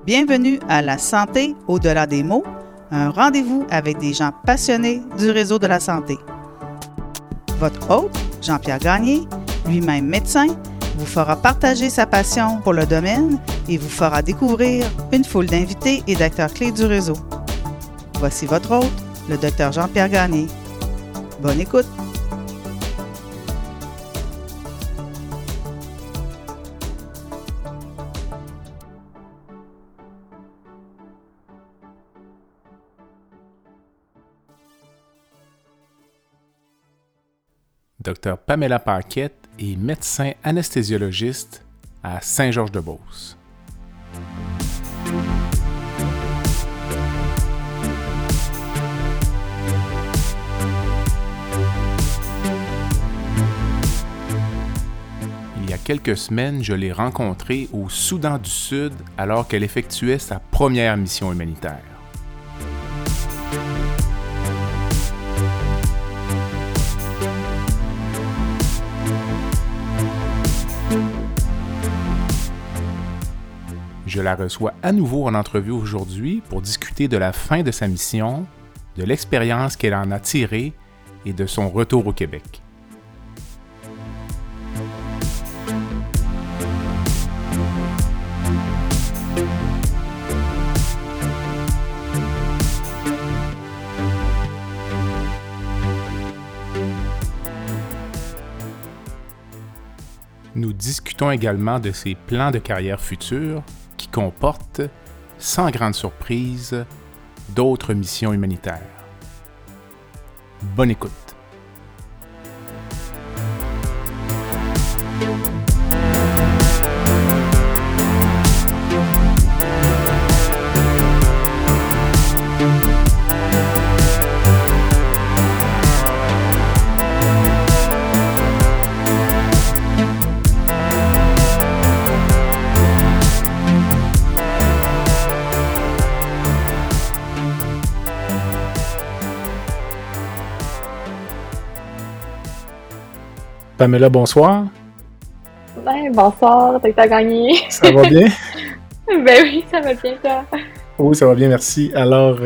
Bienvenue à La santé au-delà des mots, un rendez-vous avec des gens passionnés du réseau de la santé. Votre hôte, Jean-Pierre Gagné, lui-même médecin, vous fera partager sa passion pour le domaine et vous fera découvrir une foule d'invités et d'acteurs clés du réseau. Voici votre hôte, le Dr Jean-Pierre Gagné. Bonne écoute! Dr Pamela Paquette est médecin anestésiologiste à Saint-Georges-de-Beauce. Il y a quelques semaines, je l'ai rencontrée au Soudan du Sud alors qu'elle effectuait sa première mission humanitaire. Je la reçois à nouveau en entrevue aujourd'hui pour discuter de la fin de sa mission, de l'expérience qu'elle en a tirée et de son retour au Québec. Nous discutons également de ses plans de carrière futurs qui comportent, sans grande surprise, d'autres missions humanitaires. Bonne écoute. Pamela, bonsoir. Ben, bonsoir, Dr Gagné. Ça va bien? Ben oui, ça va bien, toi. Oui, ça va bien, merci. Alors,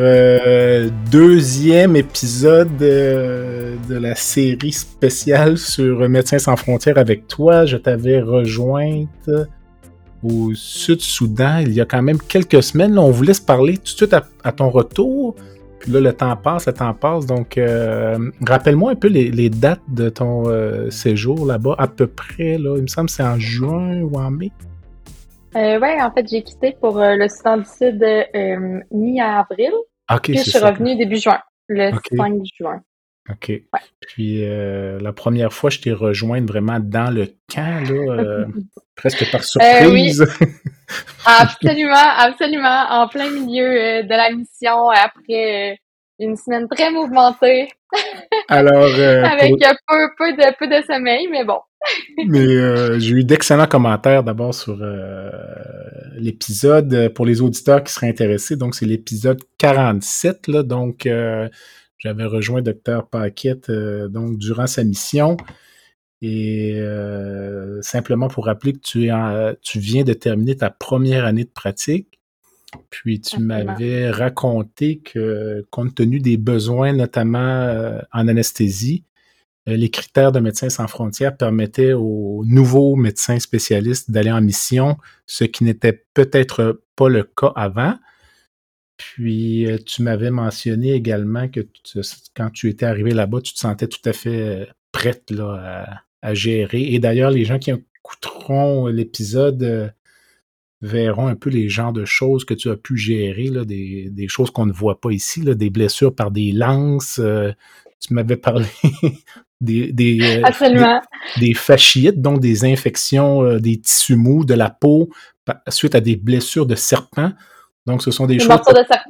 deuxième épisode de la série spéciale sur Médecins sans frontières avec toi. Je t'avais rejointe au Sud-Soudan il y a quand même quelques semaines. Là, on voulait se parler tout de suite à ton retour. Puis là, le temps passe. Donc, rappelle-moi un peu les dates de ton séjour là-bas, à peu près. Là, il me semble que c'est en juin ou en mai. Ouais, en fait, j'ai quitté pour le Soudan du Sud mi-avril. OK, Puis c'est je suis ça. revenue début juin, le OK. 5 juin. OK. Ouais. Puis la première fois, je t'ai rejointe vraiment dans le camp, là, presque par surprise. Oui, absolument, en plein milieu de la mission, après une semaine très mouvementée, Alors, avec peu de sommeil, mais bon. Mais j'ai eu d'excellents commentaires d'abord sur l'épisode pour les auditeurs qui seraient intéressés. Donc, c'est l'épisode 47. Là, donc, j'avais rejoint Dr Paquette donc, durant sa mission. Et simplement pour rappeler que tu viens de terminer ta première année de pratique. Puis, tu m'avais raconté que, compte tenu des besoins, notamment en anesthésie, les critères de Médecins sans frontières permettaient aux nouveaux médecins spécialistes d'aller en mission, ce qui n'était peut-être pas le cas avant. Puis, tu m'avais mentionné également que quand tu étais arrivé là-bas, tu te sentais tout à fait prête là, à gérer. Et d'ailleurs, les gens qui écouteront l'épisode verront un peu les genres de choses que tu as pu gérer, là, des choses qu'on ne voit pas ici, là, des blessures par des lances. Tu m'avais parlé des fasciites, donc des infections des tissus mous, de la peau, suite à des blessures de serpent. Donc, ce sont des choses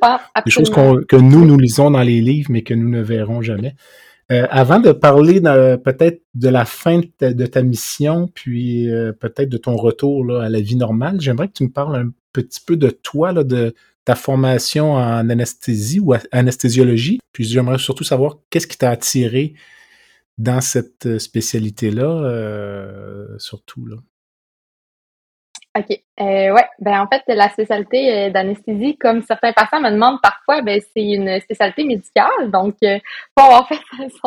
que nous lisons dans les livres, mais que nous ne verrons jamais. Avant de parler peut-être de la fin de ta mission, puis peut-être de ton retour là, à la vie normale, j'aimerais que tu me parles un petit peu de toi, là, de ta formation en anesthésie ou anesthésiologie. Puis j'aimerais surtout savoir qu'est-ce qui t'a attiré dans cette spécialité-là, surtout. Là. OK. Ouais, ben en fait, la spécialité d'anesthésie, comme certains patients me demandent parfois, ben c'est une spécialité médicale. Donc, pour avoir fait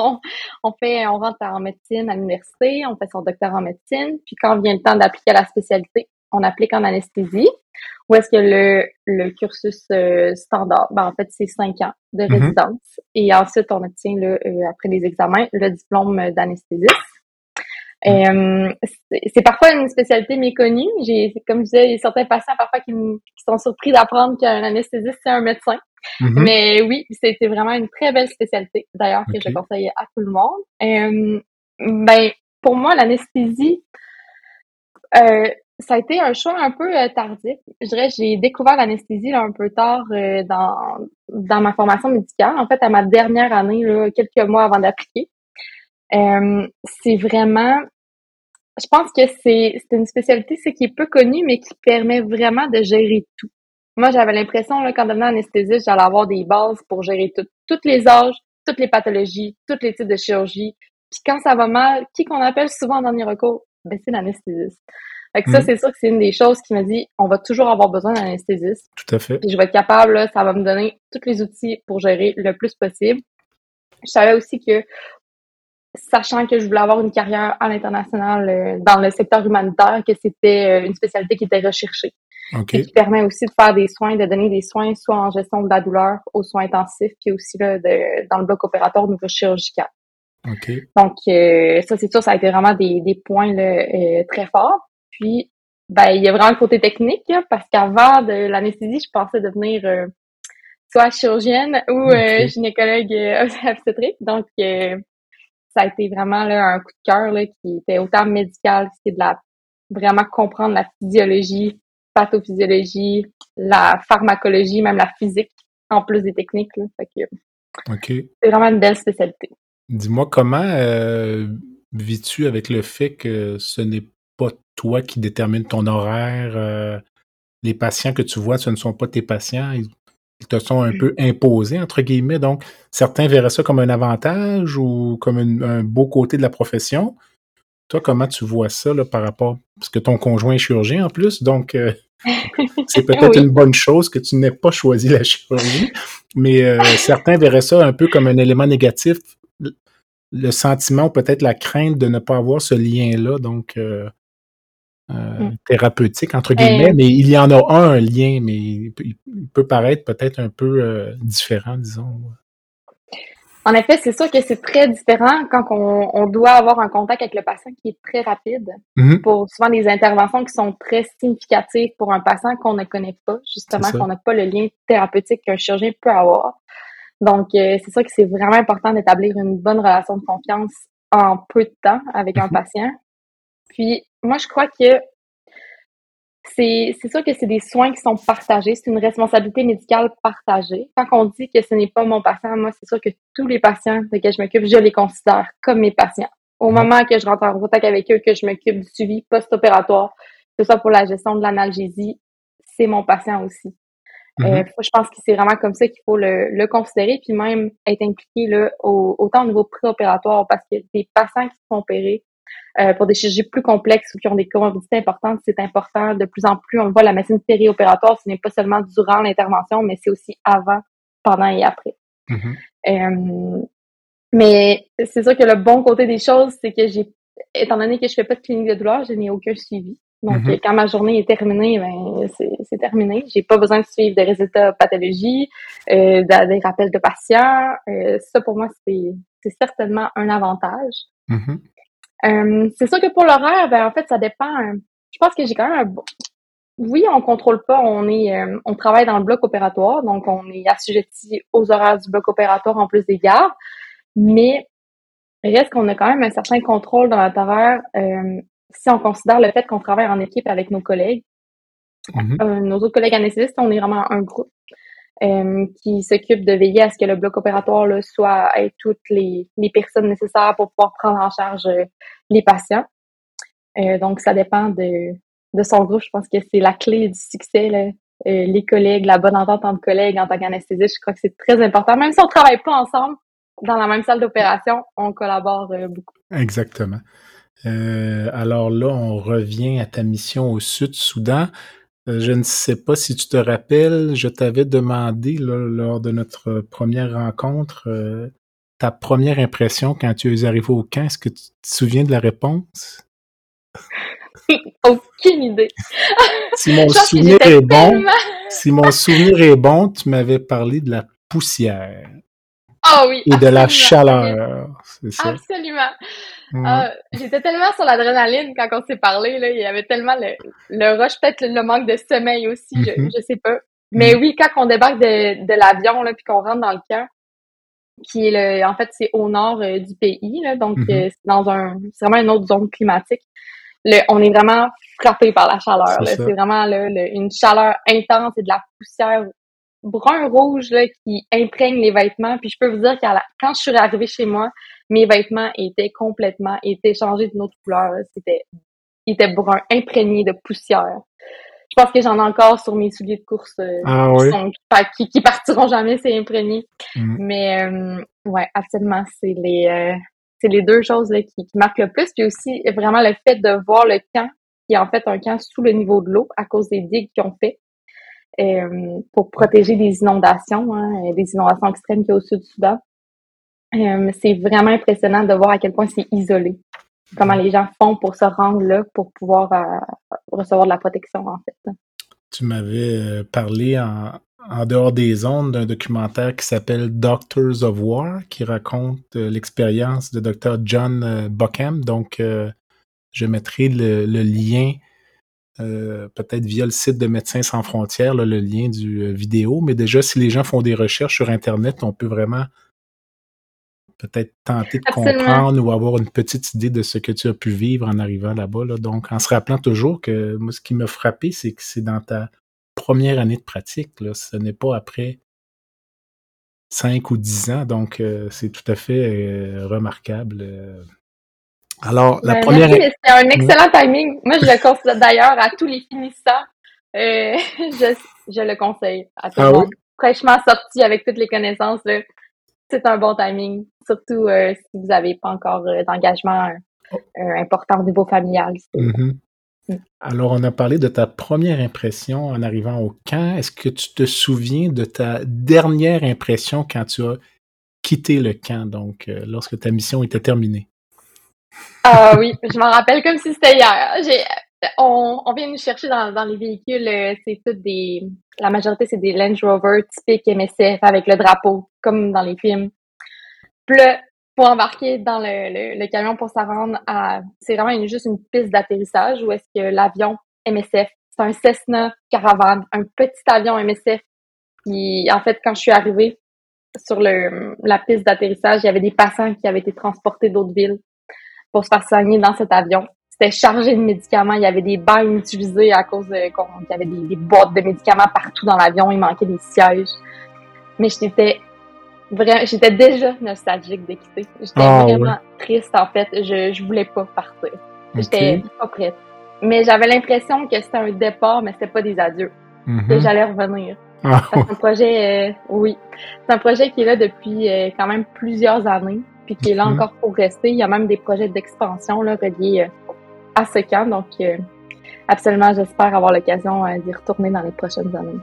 on rentre en médecine à l'université, on fait son doctorat en médecine, puis quand vient le temps d'appliquer à la spécialité, on applique en anesthésie. Ou est-ce que le cursus standard, ben en fait, c'est 5 ans de Mhm. résidence. Et ensuite, on obtient, après les examens, le diplôme d'anesthésiste. Mhm. C'est parfois une spécialité méconnue. Comme je disais, il y a certains patients parfois qui sont surpris d'apprendre qu'un anesthésiste, c'est un médecin. Mhm. Mais oui, c'était vraiment une très belle spécialité, d'ailleurs, que je OK. conseille à tout le monde. Ben, pour moi, l'anesthésie, euh, ça a été un choix un peu tardif. Je dirais, j'ai découvert l'anesthésie là, un peu tard dans ma formation médicale. En fait, à ma dernière année, là, quelques mois avant d'appliquer. C'est vraiment Je pense que c'est une spécialité, c'est qui est peu connue, mais qui permet vraiment de gérer tout. Moi, j'avais l'impression, là, qu'en devenant anesthésiste, j'allais avoir des bases pour gérer tout. Tous les âges, toutes les pathologies, tous les types de chirurgie. Puis quand ça va mal, qui qu'on appelle souvent en dernier recours? Ben, c'est l'anesthésiste. Fait que ça, Mhm. c'est sûr que c'est une des choses qui me dit, on va toujours avoir besoin d'un anesthésiste. Tout à fait. Puis je vais être capable, là, ça va me donner tous les outils pour gérer le plus possible. Je savais aussi que sachant que je voulais avoir une carrière à l'international dans le secteur humanitaire, que c'était une spécialité qui était recherchée et OK. qui permet aussi de faire des soins, de donner des soins soit en gestion de la douleur aux soins intensifs, puis aussi là, dans le bloc opératoire neurochirurgical. OK. Donc ça, c'est sûr, ça a été vraiment des points là, très forts. Puis ben il y a vraiment le côté technique là, parce qu'avant de l'anesthésie, je pensais devenir soit chirurgienne ou OK. gynécologue obstétrique. Donc ça a été vraiment là, un coup de cœur là, qui était autant médical, c'est de la vraiment comprendre la physiologie, pathophysiologie, la pharmacologie, même la physique, en plus des techniques. Là. Fait que OK. c'est vraiment une belle spécialité. Dis-moi, comment vis-tu avec le fait que ce n'est pas toi qui détermine ton horaire? Les patients que tu vois, ce ne sont pas tes patients. Ils te sont un peu imposés, entre guillemets. Donc, certains verraient ça comme un avantage ou comme un beau côté de la profession. Toi, comment tu vois ça là, par rapport... Parce que ton conjoint est chirurgien en plus, donc c'est peut-être une Oui. bonne chose que tu n'aies pas choisi la chirurgie, mais certains verraient ça un peu comme un élément négatif, le sentiment ou peut-être la crainte de ne pas avoir ce lien-là, donc Mm. thérapeutique, entre guillemets, Euh, mais il y en a un lien, mais il peut paraître peut-être un peu différent, disons. En effet, c'est sûr que c'est très différent quand on doit avoir un contact avec le patient qui est très rapide Mhm, pour souvent des interventions qui sont très significatives pour un patient qu'on ne connaît pas, c'est justement, ça. qu'on n'a pas le lien thérapeutique qu'un chirurgien peut avoir. Donc, c'est sûr que c'est vraiment important d'établir une bonne relation de confiance en peu de temps avec un Mhm, patient. Puis, moi, je crois que c'est sûr que c'est des soins qui sont partagés. C'est une responsabilité médicale partagée. Quand on dit que ce n'est pas mon patient, moi, c'est sûr que tous les patients de qui je m'occupe, je les considère comme mes patients. Au mhm, moment que je rentre en contact avec eux, que je m'occupe du suivi post-opératoire, que ce soit pour la gestion de l'analgésie, c'est mon patient aussi. mhm. Je pense que c'est vraiment comme ça qu'il faut le considérer, puis même être impliqué là, autant au niveau préopératoire, parce que des patients qui sont opérés pour des chirurgies plus complexes ou qui ont des comorbidités importantes, c'est important. De plus en plus, on le voit, la médecine périopératoire, ce n'est pas seulement durant l'intervention, mais c'est aussi avant, pendant et après. Mhm. Euh, mais c'est sûr que le bon côté des choses, c'est que étant donné que je fais pas de clinique de douleur, je n'ai aucun suivi. Donc, Mhm. quand ma journée est terminée, ben, c'est terminé. J'ai pas besoin de suivre des résultats de pathologie, des rappels de patients. Ça, pour moi, c'est certainement un avantage. Mhm. C'est sûr que pour l'horaire, ben, en fait, ça dépend. Je pense que j'ai quand même oui, on contrôle pas. On travaille dans le bloc opératoire, donc on est assujetti aux horaires du bloc opératoire en plus des gardes. Mais il reste qu'on a quand même un certain contrôle dans notre horaire si on considère le fait qu'on travaille en équipe avec nos collègues. Mhm. Nos autres collègues anesthésistes, on est vraiment un groupe qui s'occupe de veiller à ce que le bloc opératoire là, soit avec toutes les personnes nécessaires pour pouvoir prendre en charge les patients. Donc, ça dépend de son groupe. Je pense que c'est la clé du succès, là. Les collègues, la bonne entente entre collègues en tant qu'anesthésiste, je crois que c'est très important. Même si on travaille pas ensemble dans la même salle d'opération, on collabore beaucoup. Exactement. Alors là, on revient à ta mission au Sud-Soudan. Je ne sais pas si tu te rappelles, je t'avais demandé là, lors de notre première rencontre ta première impression quand tu es arrivé au camp. Est-ce que tu te souviens de la réponse? Aucune idée. Si mon Je pense que souvenir j'étais est bon, tellement... si mon souvenir est bon, tu m'avais parlé de la poussière Ah oui, et de la absolument. chaleur, c'est ça? Absolument. Ouais. J'étais tellement sur l'adrénaline quand on s'est parlé, là. Il y avait tellement le rush, peut-être le manque de sommeil aussi, Mhm. je sais pas. Mais Mhm. oui, quand on débarque de l'avion, là, puis qu'on rentre dans le camp, qui est en fait, c'est au nord du pays, là. Donc, Mhm. c'est vraiment une autre zone climatique. On est vraiment frappé par la chaleur, C'est là. ça. C'est vraiment, là, une chaleur intense et de la poussière brun-rouge, là, qui imprègne les vêtements. Puis je peux vous dire quand je suis arrivée chez moi, mes vêtements étaient changés d'une autre couleur, là. Ils étaient bruns, imprégnés de poussière. Je pense que j'en ai encore sur mes souliers de course Ah oui. qui partiront jamais, c'est imprégné. Mhm. Mais ouais, absolument, c'est les deux choses là, qui marquent le plus. Puis aussi vraiment le fait de voir le camp, qui est en fait un camp sous le niveau de l'eau à cause des digues qu'ils ont fait pour protéger des inondations, des inondations extrêmes qu'il y a au sud du Soudan. C'est vraiment impressionnant de voir à quel point c'est isolé. Comment les gens font pour se rendre là, pour pouvoir recevoir de la protection, en fait. Tu m'avais parlé en dehors des ondes d'un documentaire qui s'appelle Doctors of War, qui raconte l'expérience de Dr. John Buckham. Donc, je mettrai le lien, peut-être via le site de Médecins sans frontières, là, le lien du vidéo. Mais déjà, si les gens font des recherches sur Internet, on peut vraiment peut-être tenter de Absolument. comprendre ou avoir une petite idée de ce que tu as pu vivre en arrivant là-bas, là. Donc, en se rappelant toujours que moi, ce qui m'a frappé, c'est que c'est dans ta première année de pratique, là. Ce n'est pas après 5 ou 10 ans, donc c'est tout à fait remarquable. Alors, la Ben, première... merci, mais c'était un Ouais. excellent timing. Moi, je le conseille d'ailleurs à tous les finissants. Je le conseille à tout le Ah oui? monde. Fraîchement sorti avec toutes les connaissances, là, c'est un bon timing. Surtout si vous n'avez pas encore d'engagement Oh, important au niveau familial. mhm. Mm. Alors, on a parlé de ta première impression en arrivant au camp. Est-ce que tu te souviens de ta dernière impression quand tu as quitté le camp, donc lorsque ta mission était terminée? Ah oui, je m'en rappelle comme si c'était hier. On vient nous chercher dans les véhicules, c'est toutes la majorité c'est des Land Rover typiques MSF avec le drapeau, comme dans les films. Puis là, faut embarquer dans le camion pour se rendre c'est vraiment juste une piste d'atterrissage où est-ce que l'avion MSF, c'est un Cessna Caravan, un petit avion MSF qui, en fait, quand je suis arrivée sur la piste d'atterrissage, il y avait des passants qui avaient été transportés d'autres villes pour se faire soigner dans cet avion. C'était chargé de médicaments. Il y avait des bains inutilisés à cause qu'il y avait des boîtes de médicaments partout dans l'avion. Il manquait des sièges. Mais j'étais déjà nostalgique de quitter. J'étais Ah ouais, vraiment triste, en fait. Je voulais pas partir. J'étais ok. pas prête. Mais j'avais l'impression que c'était un départ, mais c'était pas des adieux. Que Mhm. j'allais revenir. Ah Parce que c'est un projet, oui. C'est un projet qui est là depuis quand même plusieurs années, puis qui est là mhm. encore pour rester. Il y a même des projets d'expansion là, reliés à ce camp. Donc, absolument, j'espère avoir l'occasion d'y retourner dans les prochaines années.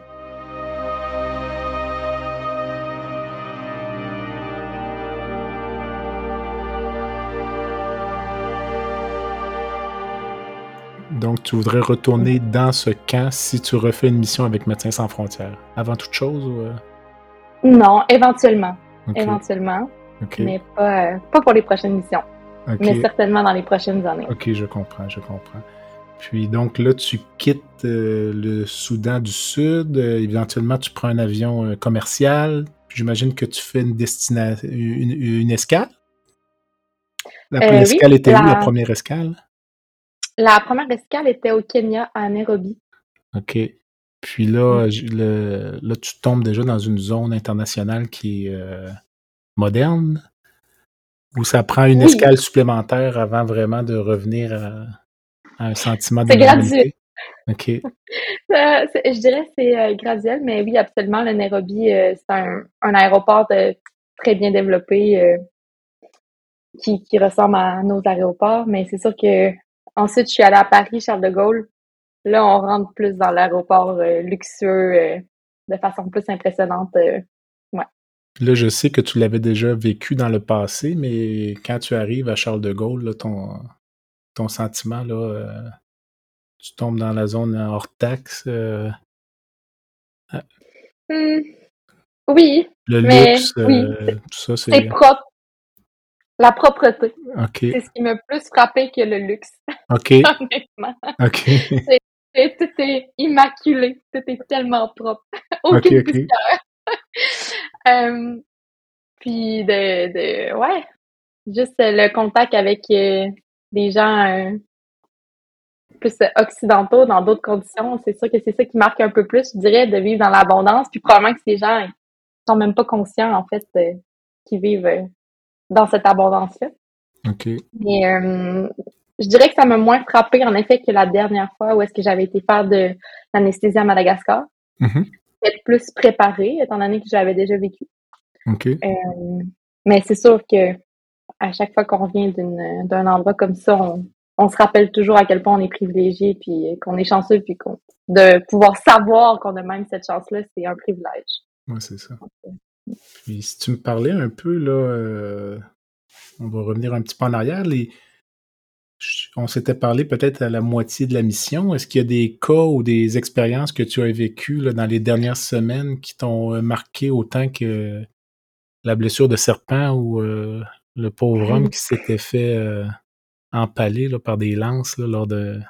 Donc, tu voudrais retourner dans ce camp si tu refais une mission avec Médecins sans frontières, avant toute chose ou... Non, éventuellement. Ok, Éventuellement, ok, mais pas pour les prochaines missions. Mais ok, certainement dans les prochaines années. ok, je comprends, je comprends. Puis donc là, tu quittes le Soudan du Sud, éventuellement tu prends un avion commercial, puis j'imagine que tu fais une escale? Oui, L'escale était où, la première escale? la première escale était au Kenya, à Nairobi. Ok. Puis Mm. là, là, tu tombes déjà dans une zone internationale qui est moderne, ou ça prend une Oui, escale supplémentaire avant vraiment de revenir à un sentiment de c'est graduel. normalité? OK. Je dirais que c'est graduel, mais oui, absolument. Le Nairobi, c'est un aéroport très bien développé. qui ressemble à nos aéroports. Mais c'est sûr que ensuite, je suis allée à Paris, Charles de Gaulle. Là, on rentre plus dans l'aéroport luxueux de façon plus impressionnante. Ouais. Là, je sais que tu l'avais déjà vécu dans le passé, mais quand tu arrives à Charles de Gaulle, là, ton sentiment, là, tu tombes dans la zone hors taxe. Hmm, oui, Le mais luxe, oui, tout ça, c'est c'est... propre. La propreté, OK, c'est ce qui m'a plus frappé que le luxe, OK, honnêtement. OK, C'est, tout est immaculé, tout est tellement propre, OK, aucune OK. poussière. Puis ouais, juste le contact avec des gens plus occidentaux dans d'autres conditions, c'est sûr que c'est ça qui marque un peu plus, je dirais, de vivre dans l'abondance. Puis probablement que ces gens ils sont même pas conscients, en fait, qu'ils vivent dans cette abondance-là. OK. Mais je dirais que ça m'a moins frappé, en effet, que la dernière fois où est-ce que j'avais été faire de l'anesthésie à Madagascar. Mhm. Être plus préparée, étant donné que j'avais déjà vécu. OK. Mais c'est sûr que à chaque fois qu'on revient d'un endroit comme ça, on se rappelle toujours à quel point on est privilégié, puis qu'on est chanceux, puis de pouvoir savoir qu'on a même cette chance-là, c'est un privilège. Ouais, c'est ça. Puis si tu me parlais un peu, là, on va revenir un petit peu en arrière. On s'était parlé peut-être à la moitié de la mission. Est-ce qu'il y a des cas ou des expériences que tu as vécues là, dans les dernières semaines qui t'ont marqué autant que la blessure de serpent ou le pauvre homme qui s'était fait empaler là, par des lances là, lors de...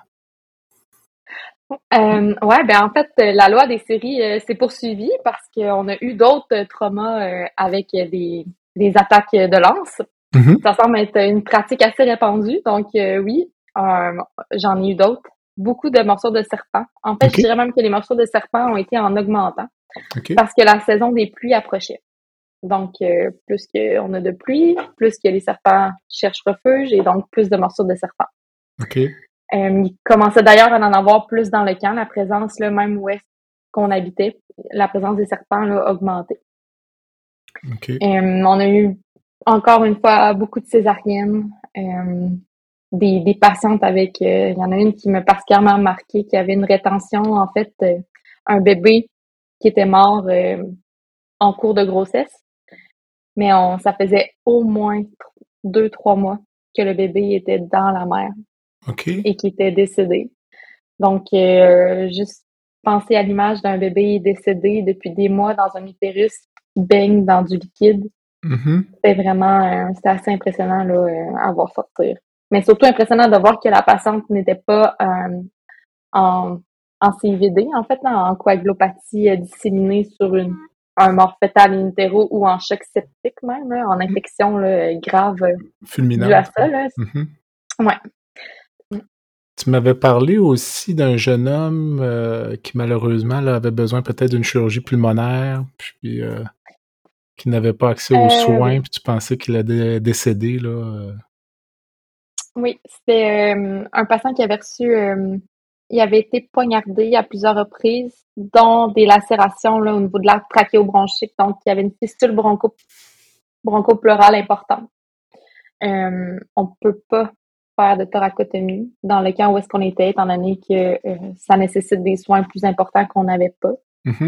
Ouais, ben en fait, la loi des séries s'est poursuivie parce qu'on a eu d'autres traumas avec des attaques de lance. Mhm. Ça semble être une pratique assez répandue, donc oui, j'en ai eu d'autres. Beaucoup de morsures de serpent. En fait, OK. je dirais même que les morsures de serpent ont été en augmentant OK. parce que la saison des pluies approchait. Donc, plus qu'on a de pluie, plus que les serpents cherchent refuge et donc plus de morsures de serpent. OK. Il commençait d'ailleurs à en avoir plus dans le camp. La présence, là, même où est-ce qu'on habitait, la présence des serpents là, a augmenté. OK. On a eu encore une fois beaucoup de césariennes, des patientes avec, il y en a une qui m'a particulièrement marqué, qui avait une rétention, en fait, un bébé qui était mort en cours de grossesse, mais ça faisait au moins 2-3 mois que le bébé était dans la mère OK. et qui était décédé. Donc, juste penser à l'image d'un bébé décédé depuis des mois dans un utérus qui baigne dans du liquide, Mhm. c'était assez impressionnant là, à voir sortir. Mais surtout impressionnant de voir que la patiente n'était pas en, en CVD, en fait, là, en coagulopathie disséminée sur un mort fœtal in utero ou en choc septique même, là, en infection là, grave due à Fulminante. ça. Là. Mhm. Ouais. Tu m'avais parlé aussi d'un jeune homme qui malheureusement là, avait besoin peut-être d'une chirurgie pulmonaire, puis qui n'avait pas accès aux Oui. soins, puis tu pensais qu'il allait décéder, là. Oui, c'était un patient qui avait reçu, il avait été poignardé à plusieurs reprises, dont des lacérations là, au niveau de l'arc trachéobronchique, donc il y avait une fistule bronchopleurale importante. On peut pas faire de thoracotomie dans le cas où est-ce qu'on était, étant donné que ça nécessite des soins plus importants qu'on n'avait pas. Mhm.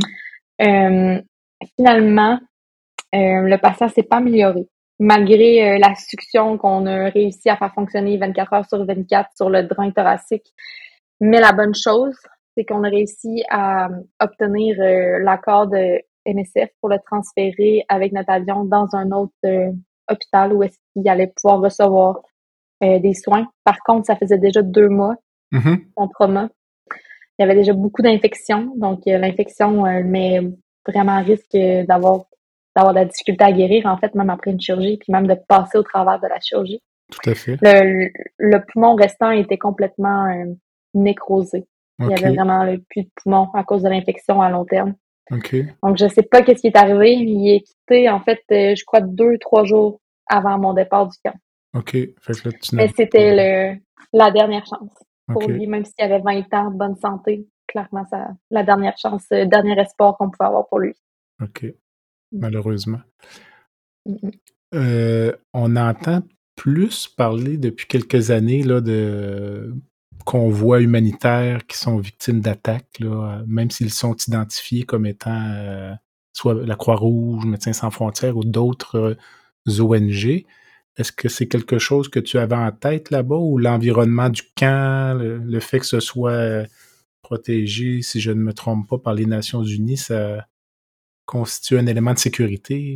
Finalement, le patient s'est pas amélioré. Malgré la succion qu'on a réussi à faire fonctionner 24 heures sur 24 sur le drain thoracique. Mais la bonne chose, c'est qu'on a réussi à obtenir l'accord de MSF pour le transférer avec notre avion dans un autre hôpital où est-ce qu'il allait pouvoir recevoir des soins. Par contre, ça faisait déjà 2 mois, Mhm. son trauma. Il y avait déjà beaucoup d'infections. Donc, l'infection met vraiment en risque d'avoir de la difficulté à guérir, en fait, même après une chirurgie, puis même de passer au travers de la chirurgie. Tout à fait. Le poumon restant était complètement nécrosé. Il y OK. avait vraiment plus de poumon à cause de l'infection à long terme. OK. Donc, je sais pas qu'est-ce qui est arrivé. Il est quitté, en fait, je crois 2-3 jours avant mon départ du camp. OK. Fait que là, tu Mais n'avais c'était la dernière chance pour OK. lui, même s'il avait 20 ans, bonne santé. Clairement, la dernière chance, dernier espoir qu'on pouvait avoir pour lui. OK. Malheureusement. Mm-mm. On entend plus parler depuis quelques années là, de convois humanitaires qui sont victimes d'attaques, là, même s'ils sont identifiés comme étant soit la Croix-Rouge, Médecins sans frontières ou d'autres ONG. Est-ce que c'est quelque chose que tu avais en tête là-bas ou l'environnement du camp, le fait que ce soit protégé, si je ne me trompe pas, par les Nations Unies, ça constitue un élément de sécurité?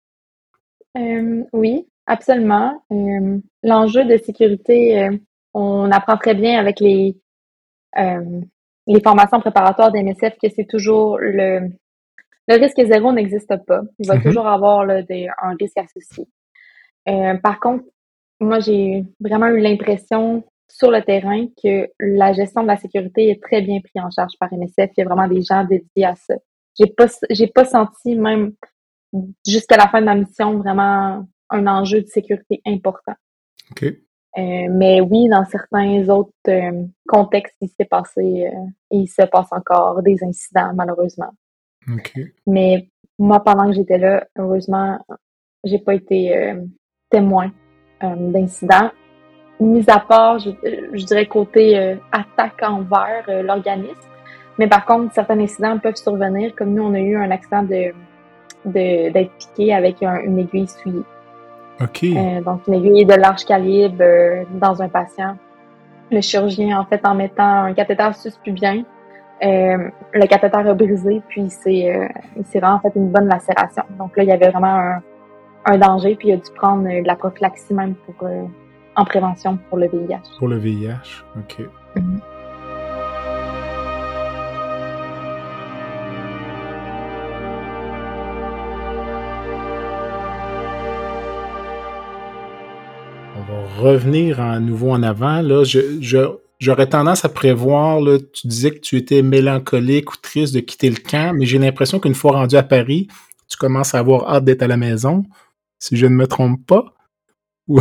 Oui, absolument. L'enjeu de sécurité, on apprend très bien avec les formations préparatoires d'MSF que c'est toujours le risque zéro n'existe pas. Il va toujours avoir là, un risque associé. Par contre, moi, j'ai vraiment eu l'impression sur le terrain que la gestion de la sécurité est très bien prise en charge par MSF. Il y a vraiment des gens dédiés à ça. J'ai pas senti, même jusqu'à la fin de ma mission, vraiment un enjeu de sécurité important. OK. Mais oui, dans certains autres contextes, il se passe encore des incidents, malheureusement. Okay. Mais moi, pendant que j'étais là, heureusement, j'ai pas été témoin d'incidents. Mis à part, je dirais côté attaque envers l'organisme. Mais par contre, certains incidents peuvent survenir, comme nous, on a eu un accident d'être piqué avec une aiguille souillée. OK. Donc, une aiguille de large calibre dans un patient. Le chirurgien, en fait, en mettant un cathéter suspubien, le cathéter a brisé, puis c'est vraiment en fait une bonne lacération. Donc là, il y avait vraiment un danger, puis il a dû prendre de la prophylaxie même en prévention pour le VIH. Pour le VIH, OK. Mm-hmm. On va revenir à nouveau en avant. Là, j'aurais tendance à prévoir, là, tu disais que tu étais mélancolique ou triste de quitter le camp, mais j'ai l'impression qu'une fois rendu à Paris, tu commences à avoir hâte d'être à la maison, si je ne me trompe pas. Ou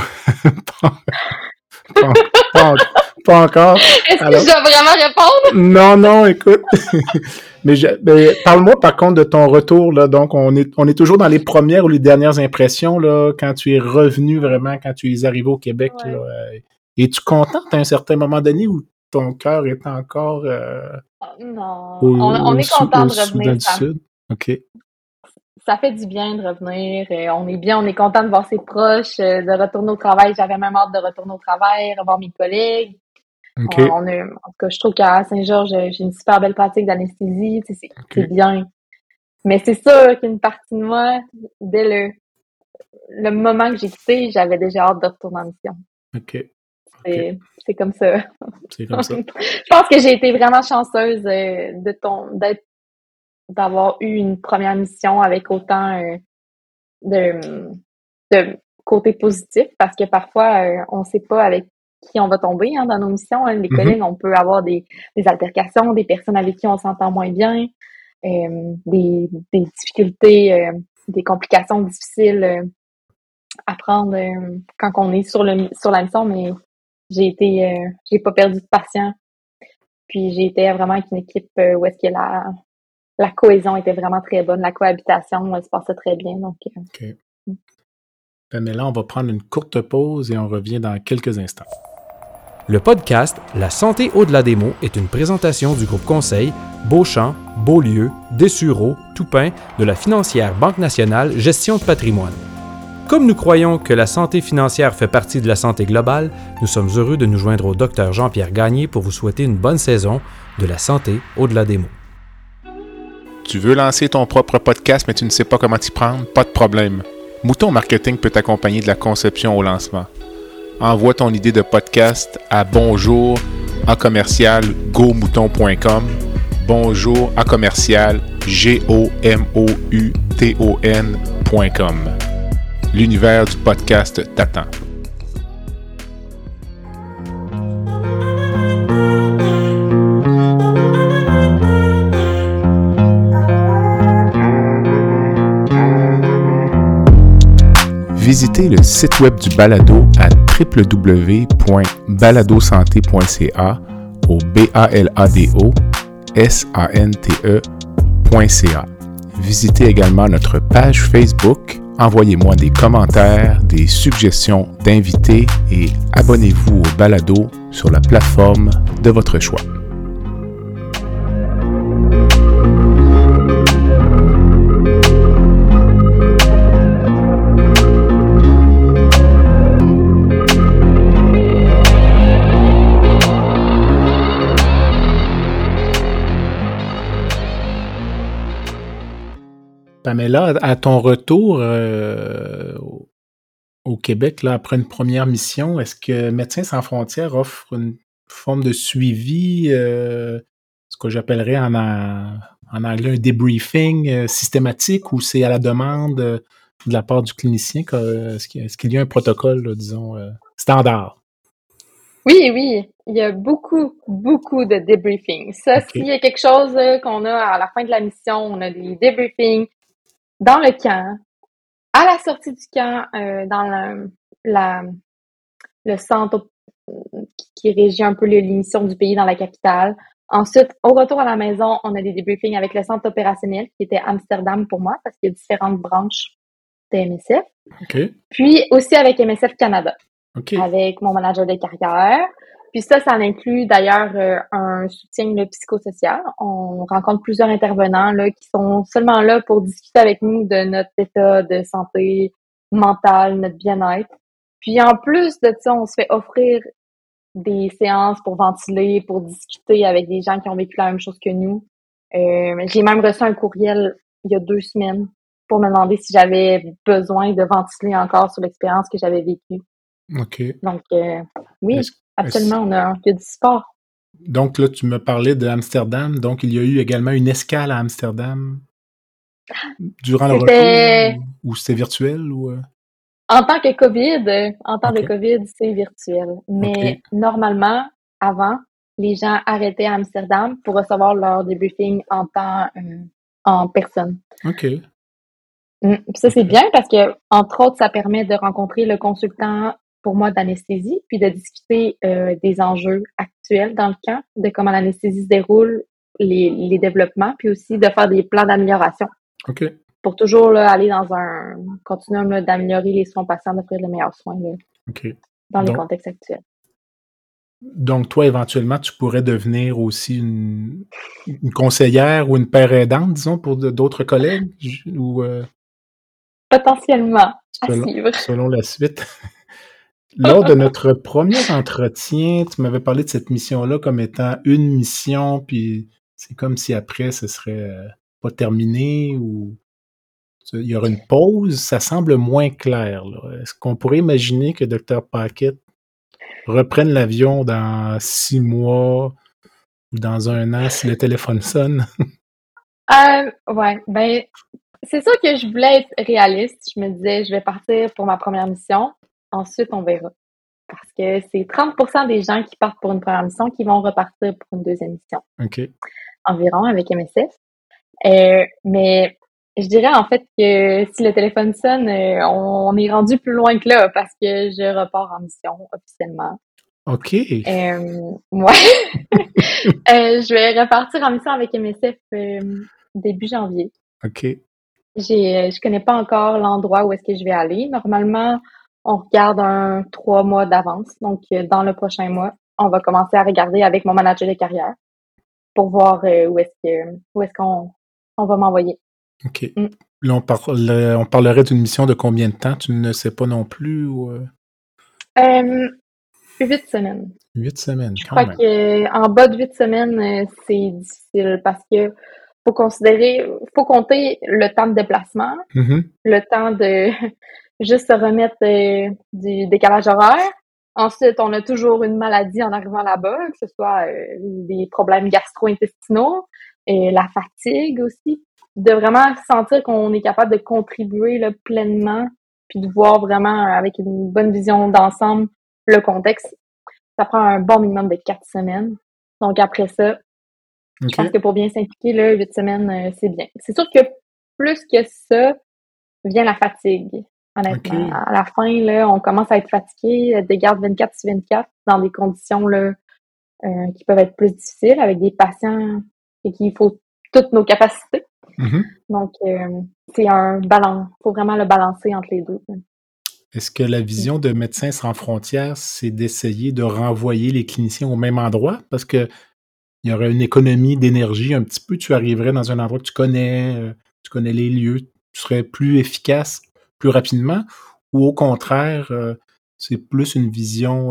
pas encore. Est-ce que je dois vraiment répondre? Non, écoute. mais parle-moi par contre de ton retour, là. Donc, on est toujours dans les premières ou les dernières impressions, là, quand tu es revenu vraiment, quand tu es arrivé au Québec. Ouais. Là, es-tu contente à un certain moment donné où ton cœur est encore non, on est content de revenir. Du Sud? OK. Ça fait du bien de revenir. On est bien, on est content de voir ses proches, de retourner au travail. J'avais même hâte de retourner au travail, revoir mes collègues. Okay. En tout cas, je trouve qu'à Saint-Georges, j'ai une super belle pratique d'anesthésie. C'est bien. Mais c'est sûr qu'une partie de moi, dès le moment que j'ai quitté, j'avais déjà hâte de retourner en mission. OK. C'est comme ça. C'est comme ça. Je pense que j'ai été vraiment chanceuse d'avoir eu une première mission avec autant de côté positif, parce que parfois, on ne sait pas avec qui on va tomber dans nos missions. Les collègues, on peut avoir des altercations, des personnes avec qui on s'entend moins bien, des difficultés, des complications difficiles à prendre quand on est sur la mission, mais j'ai pas perdu de patient. Puis j'ai été vraiment avec une équipe où est-ce que la cohésion était vraiment très bonne, la cohabitation, elle se passait très bien. Donc, OK. Pamela, on va prendre une courte pause et on revient dans quelques instants. Le podcast La santé au-delà des mots est une présentation du groupe conseil Beauchamp, Beaulieu, Dessureau, Toupin de la financière Banque nationale Gestion de patrimoine. Comme nous croyons que la santé financière fait partie de la santé globale, nous sommes heureux de nous joindre au Dr Jean-Pierre Gagné pour vous souhaiter une bonne saison de La santé au-delà des mots. Tu veux lancer ton propre podcast mais tu ne sais pas comment t'y prendre? Pas de problème. Mouton Marketing peut t'accompagner de la conception au lancement. Envoie ton idée de podcast à bonjour@gomouton.com, bonjour@gomouton.com. L'univers du podcast t'attend. Visitez le site web du balado à www.baladosanté.ca au BALADO SANTE.ca. Visitez également notre page Facebook Envoyez-moi des commentaires, des suggestions d'invités et abonnez-vous au balado sur la plateforme de votre choix. Pamela, à ton retour au Québec, là, après une première mission, est-ce que Médecins sans frontières offre une forme de suivi, ce que j'appellerais en anglais un debriefing systématique, ou c'est à la demande de la part du clinicien? Est-ce qu'il y a un protocole, là, disons, standard? Oui, il y a beaucoup de débriefing. Ça, OK. s'il y a quelque chose qu'on a à la fin de la mission, on a des débriefings dans le camp, à la sortie du camp, dans le centre qui régit un peu l'émission du pays dans la capitale. Ensuite, au retour à la maison, on a des débriefings avec le centre opérationnel qui était Amsterdam pour moi parce qu'il y a différentes branches de MSF. OK. Puis aussi avec MSF Canada, OK. avec mon manager de carrière. Puis ça inclut d'ailleurs un soutien psychosocial. On rencontre plusieurs intervenants là, qui sont seulement là pour discuter avec nous de notre état de santé mentale, notre bien-être. Puis en plus de ça, on se fait offrir des séances pour ventiler, pour discuter avec des gens qui ont vécu la même chose que nous. J'ai même reçu un courriel il y a 2 semaines pour me demander si j'avais besoin de ventiler encore sur l'expérience que j'avais vécue. OK. Donc, oui, absolument, il y a du support. Donc là, tu me parlais d'Amsterdam. Donc, il y a eu également une escale à Amsterdam durant le retour, ou c'était virtuel? Ou En temps de OK. COVID, c'est virtuel. Mais normalement, avant, les gens arrêtaient à Amsterdam pour recevoir leur débriefing en personne. OK. Puis ça, c'est bien parce que, entre autres, ça permet de rencontrer le consultant pour moi d'anesthésie, puis de discuter des enjeux actuels dans le camp, de comment l'anesthésie se déroule, les développements, puis aussi de faire des plans d'amélioration. OK. Pour toujours là, aller dans un continuum là, d'améliorer les soins patients, d'offrir les meilleurs soins là, OK. dans les contextes actuels. Donc, toi, éventuellement, tu pourrais devenir aussi une conseillère ou une père aidante, disons, pour d'autres collègues? Ou, Potentiellement, à suivre. Selon la suite. Lors de notre premier entretien, tu m'avais parlé de cette mission-là comme étant une mission, puis c'est comme si après, ce serait pas terminé, ou il y aura une pause. Ça semble moins clair, là. Est-ce qu'on pourrait imaginer que Dr. Paquette reprenne l'avion dans 6 mois ou dans 1 an si le téléphone sonne? Ouais, ben, c'est sûr que je voulais être réaliste. Je me disais, je vais partir pour ma première mission. Ensuite, on verra. Parce que c'est 30% des gens qui partent pour une première mission qui vont repartir pour une deuxième mission. OK. Environ avec MSF. Mais je dirais en fait que si le téléphone sonne, on est rendu plus loin que là parce que je repars en mission officiellement. OK. Ouais. Je vais repartir en mission avec MSF début janvier. OK. Je connais pas encore l'endroit où est-ce que je vais aller. Normalement, on regarde 3 mois d'avance. Donc, dans le prochain mois, on va commencer à regarder avec mon manager de carrière pour voir où est-ce qu'on va m'envoyer. OK. Là, on parlerait d'une mission de combien de temps? Tu ne sais pas non plus? Ou 8 semaines. 8 semaines, Je crois qu'en bas de 8 semaines, c'est difficile parce que faut compter le temps de déplacement, le temps de juste se remettre du décalage horaire. Ensuite, on a toujours une maladie en arrivant là-bas, que ce soit des problèmes gastro-intestinaux, et la fatigue aussi. De vraiment sentir qu'on est capable de contribuer là, pleinement, puis de voir vraiment avec une bonne vision d'ensemble le contexte. Ça prend un bon minimum de 4 semaines. Donc après ça, je pense que pour bien s'impliquer, là, 8 semaines, c'est bien. C'est sûr que plus que ça, vient la fatigue. Honnêtement, à la fin, là, on commence à être fatigué, des gardes 24/24 dans des conditions là, qui peuvent être plus difficiles avec des patients et qu'il faut toutes nos capacités. Mhm. Donc, c'est un balance. Il faut vraiment le balancer entre les deux. Est-ce que la vision de Médecins sans frontières, c'est d'essayer de renvoyer les cliniciens au même endroit? Parce que il y aurait une économie d'énergie un petit peu. Tu arriverais dans un endroit que tu connais les lieux, tu serais plus efficace plus rapidement, ou au contraire, c'est plus une vision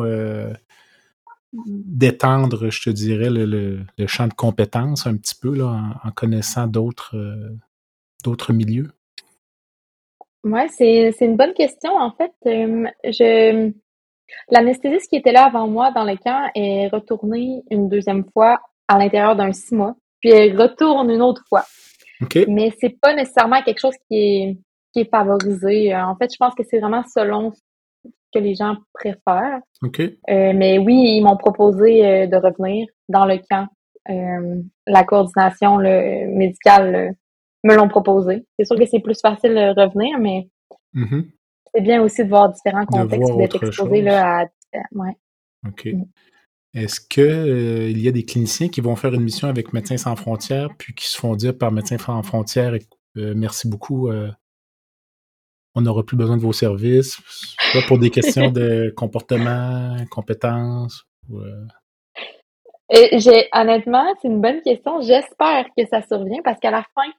d'étendre, je te dirais, le champ de compétences un petit peu là, en connaissant d'autres milieux? Ouais, c'est une bonne question. En fait, l'anesthésiste qui était là avant moi dans le camp est retournée une deuxième fois à l'intérieur d'un 6 mois, puis elle retourne une autre fois. OK. Mais c'est pas nécessairement quelque chose qui est favorisé. En fait, je pense que c'est vraiment selon ce que les gens préfèrent. OK. Mais oui, ils m'ont proposé de revenir dans le camp. La coordination médicale me l'ont proposé. C'est sûr que c'est plus facile de revenir, mais Mhm. c'est bien aussi de voir différents De contextes voir et d'être autre exposé chose. là, à ouais. OK. Mm. Est-ce que il y a des cliniciens qui vont faire une mission avec Médecins sans frontières, puis qui se font dire par Médecins sans frontières, merci beaucoup, on n'aura plus besoin de vos services, soit pour des questions de comportement, compétences, ou, Honnêtement, c'est une bonne question. J'espère que ça survient parce qu'à la fin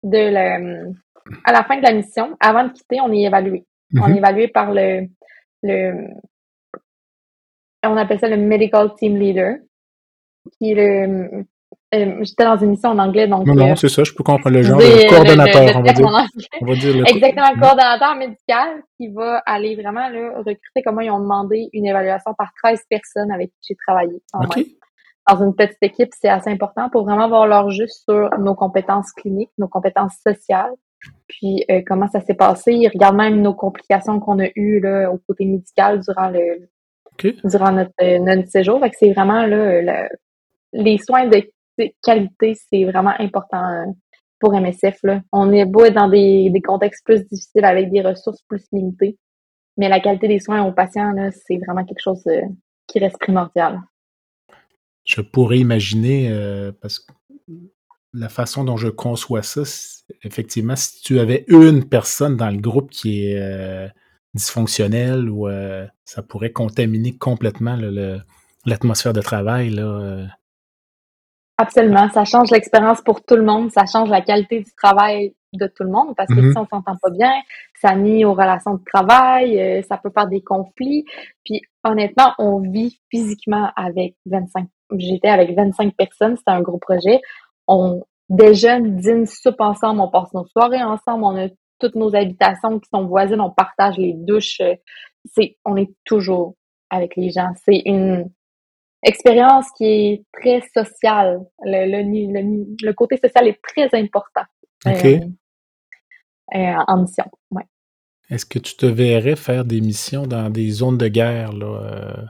à la fin de la mission, avant de quitter, on est évalué. On est Mhm. évalué par le, on appelle ça le Medical Team Leader, qui est j'étais dans une mission en anglais, donc Non, c'est ça, je peux comprendre le genre de excusez coordonnateur, le on va terme dire. en anglais. On va dire Exactement, un coordonnateur médical qui va aller vraiment là, recruter, comme moi, ils ont demandé une évaluation par 13 personnes avec qui j'ai travaillé quand OK. même. Dans une petite équipe, c'est assez important pour vraiment avoir leur juste sur nos compétences cliniques, nos compétences sociales, puis comment ça s'est passé. Ils regardent même nos complications qu'on a eues là, au côté médical OK. durant notre séjour. Fait que c'est vraiment là, les soins de qualité, c'est vraiment important pour MSF. Là. On est beau être dans des contextes plus difficiles avec des ressources plus limitées, mais la qualité des soins aux patients, là, c'est vraiment quelque chose qui reste primordial. Je pourrais imaginer, parce que la façon dont je conçois ça, effectivement, si tu avais une personne dans le groupe qui est dysfonctionnelle, ou ça pourrait contaminer complètement l'atmosphère de travail, là. Absolument, ça change l'expérience pour tout le monde, ça change la qualité du travail de tout le monde, parce que si on s'entend pas bien, ça nuit aux relations de travail, ça peut faire des conflits. Puis honnêtement, on vit physiquement avec 25. J'étais avec 25 personnes, c'était un gros projet. On déjeune, dîne, soupe ensemble, on passe nos soirées ensemble, on a toutes nos habitations qui sont voisines, on partage les douches. On est toujours avec les gens. C'est une expérience qui est très sociale. Le côté social est très important OK. En mission. Ouais. Est-ce que tu te verrais faire des missions dans des zones de guerre, là?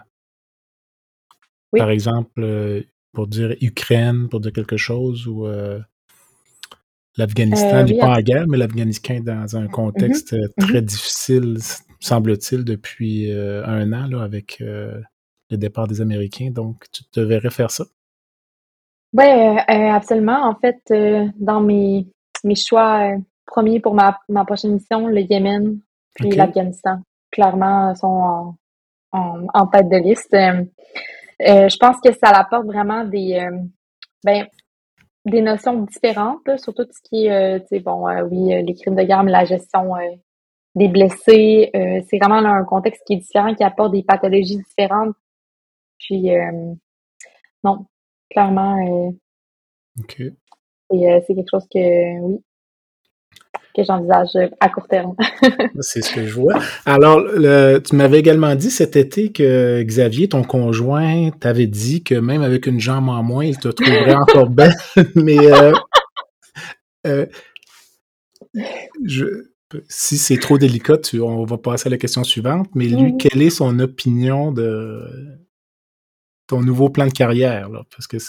Oui. Par exemple, pour dire Ukraine, pour dire quelque chose, ou l'Afghanistan n'est Oui, pas en guerre, mais l'Afghanistan est dans un contexte très Mhm. difficile, semble-t-il, depuis 1 an, là, avec le départ des Américains. Donc, tu te verrais faire ça? Oui, absolument. En fait, dans mes choix premiers pour ma prochaine mission, le Yémen puis OK. l'Afghanistan, clairement, sont en tête de liste. Je pense que ça apporte vraiment des notions différentes, là, sur tout ce qui est, les crimes de guerre, mais la gestion des blessés. C'est vraiment là, un contexte qui est différent, qui apporte des pathologies différentes. Puis, non, clairement, OK. c'est quelque chose oui, que j'envisage à court terme. C'est ce que je vois. Alors, tu m'avais également dit cet été que Xavier, ton conjoint, t'avait dit que même avec une jambe en moins, il te trouverait encore belle. Mais euh, si c'est trop délicat, on va passer à la question suivante. Mais lui, quelle est son opinion de ton nouveau plan de carrière, là? Parce que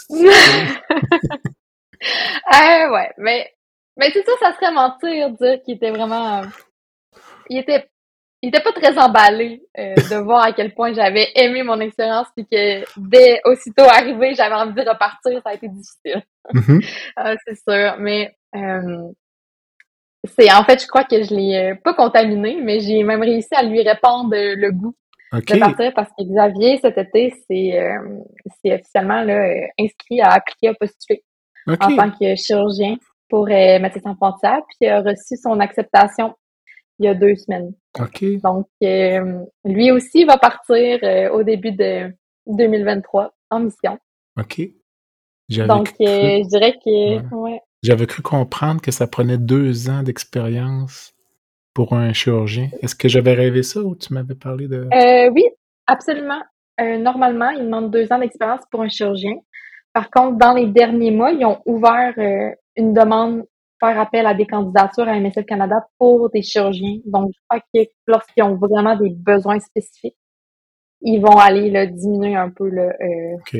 Ouais, mais c'est sûr, ça serait mentir dire qu'il était vraiment... il était pas très emballé de voir à quel point j'avais aimé mon expérience, puis que dès aussitôt arrivé, j'avais envie de repartir, ça a été difficile. Mhm. C'est sûr, mais En fait, je crois que je l'ai pas contaminé, mais j'ai même réussi à lui répandre le goût OK. de partir parce que Xavier, cet été, c'est officiellement là, inscrit à CLIA postulé en tant OK. que chirurgien pour Médecins sans frontières, puis il a reçu son acceptation il y a 2 semaines. OK. Donc, lui aussi va partir au début de 2023 en mission. OK. J'avais Donc, cru, je dirais ouais. que, ouais. J'avais cru comprendre que ça prenait 2 ans d'expérience pour un chirurgien. Est-ce que j'avais rêvé ça ou tu m'avais parlé de... Oui, absolument. Normalement, il demande 2 ans d'expérience pour un chirurgien. Par contre, dans les derniers mois, ils ont ouvert une demande, faire appel à des candidatures à MSF Canada pour des chirurgiens. Donc, je crois que lorsqu'ils ont vraiment des besoins spécifiques, ils vont aller là, diminuer un peu là, OK.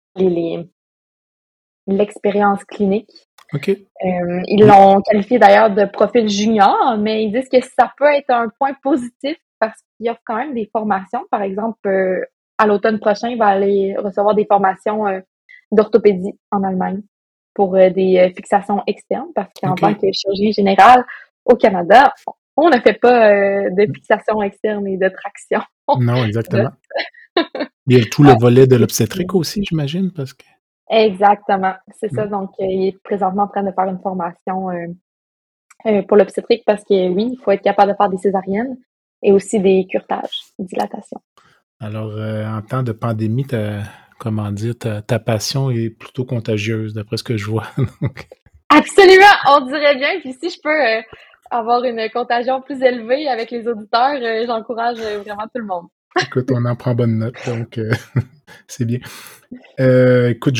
l'expérience clinique. OK. Ils l'ont qualifié d'ailleurs de profil junior, mais ils disent que ça peut être un point positif parce qu'il offre quand même des formations. Par exemple, à l'automne prochain, il va aller recevoir des formations d'orthopédie en Allemagne pour des fixations externes parce qu'en OK. tant que chirurgie générale au Canada, on ne fait pas de fixation externe et de traction. Non, exactement. Il y a tout le volet de l'obstétrique aussi, j'imagine, parce que... Exactement, c'est ça. Donc, il est présentement en train de faire une formation pour l'obstétrique parce que oui, il faut être capable de faire des césariennes et aussi des curetages, dilatation. Alors, en temps de pandémie, comment dire, ta passion est plutôt contagieuse, d'après ce que je vois. Donc, Absolument, on dirait bien. Puis si je peux avoir une contagion plus élevée avec les auditeurs, j'encourage vraiment tout le monde. écoute, on en prend bonne note, donc c'est bien. Écoute,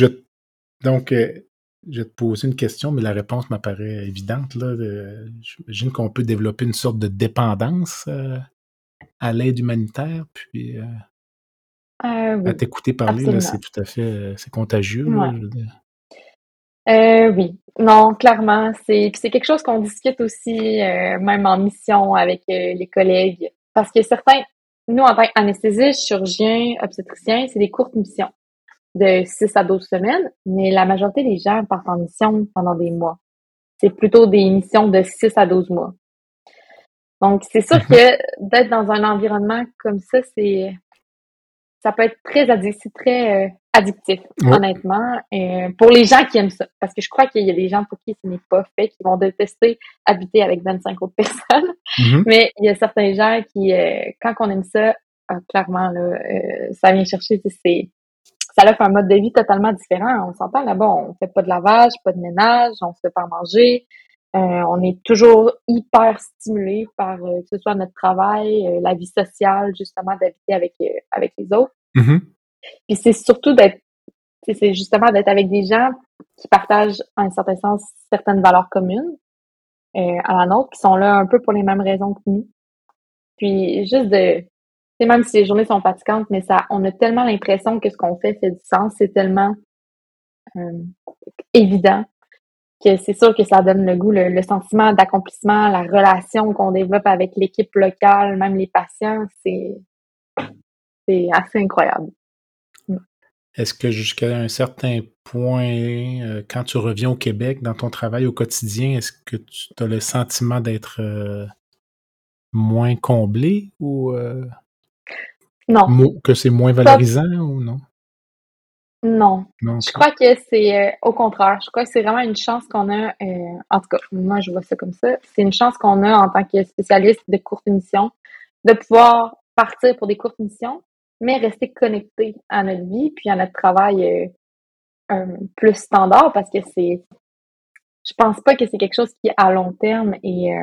je vais te poser une question, mais la réponse m'apparaît évidente, là. J'imagine qu'on peut développer une sorte de dépendance à l'aide humanitaire, puis à Oui, t'écouter parler, là, absolument. c'est tout à fait, c'est contagieux, là, Ouais. je veux dire. Oui, non, clairement, puis c'est quelque chose qu'on discute aussi, même en mission avec les collègues, parce que nous, en tant qu'anesthésistes, chirurgiens, obstétriciens, c'est des courtes missions de 6 à 12 semaines, mais la majorité des gens partent en mission pendant des mois. C'est plutôt des missions de 6 à 12 mois. Donc, c'est sûr que d'être dans un environnement comme ça peut être très addictif, Ouais. honnêtement, pour les gens qui aiment ça. Parce que je crois qu'il y a des gens pour qui ce n'est pas fait, qui vont détester habiter avec 25 autres personnes. Mhm. Mais il y a certains gens qui, quand on aime ça, clairement, là, ça vient chercher, ça offre un mode de vie totalement différent. On s'entend là-bas, on fait pas de lavage, pas de ménage, on se fait pas manger. On est toujours hyper stimulé par que ce soit notre travail, la vie sociale, justement, d'habiter avec les autres. Mhm. Puis c'est surtout c'est justement d'être avec des gens qui partagent, en un certain sens, certaines valeurs communes à la nôtre, qui sont là un peu pour les mêmes raisons que nous. Puis juste même si les journées sont fatigantes, mais on a tellement l'impression que ce qu'on fait du sens, c'est tellement évident que c'est sûr que ça donne le goût, le sentiment d'accomplissement, la relation qu'on développe avec l'équipe locale, même les patients, c'est assez incroyable. Est-ce que jusqu'à un certain point, quand tu reviens au Québec, dans ton travail au quotidien, est-ce que tu as le sentiment d'être moins comblé ou Non, que c'est moins pas valorisant ou non? non. Non, Je ok. crois que c'est au contraire. Je crois que c'est vraiment une chance qu'on a, en tout cas, moi je vois ça comme ça. C'est une chance qu'on a en tant que spécialiste de courte mission de pouvoir partir pour des courtes missions, mais rester connecté à notre vie puis à notre travail plus standard parce que je pense pas que c'est quelque chose qui à long terme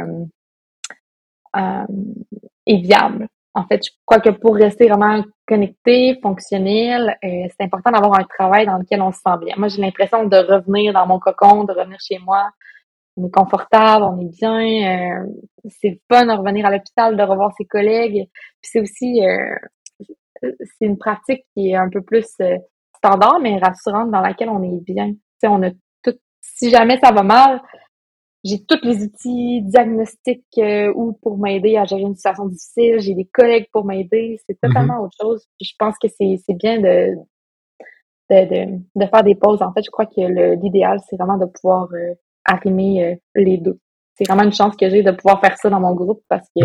euh, est viable. En fait, je crois que pour rester vraiment connecté, fonctionnel, c'est important d'avoir un travail dans lequel on se sent bien. Moi, j'ai l'impression de revenir dans mon cocon, de revenir chez moi. On est confortable, on est bien. C'est fun de revenir à l'hôpital, de revoir ses collègues. Puis c'est aussi, c'est une pratique qui est un peu plus standard, mais rassurante, dans laquelle on est bien. Tu sais, on a tout. Si jamais ça va mal, j'ai tous les outils diagnostiques ou pour m'aider à gérer une situation difficile. J'ai des collègues pour m'aider. C'est Mhm. totalement autre chose. Puis je pense que c'est bien de faire des pauses. En fait, je crois que l'idéal, c'est vraiment de pouvoir arrimer les deux. C'est vraiment une chance que j'ai de pouvoir faire ça dans mon groupe parce que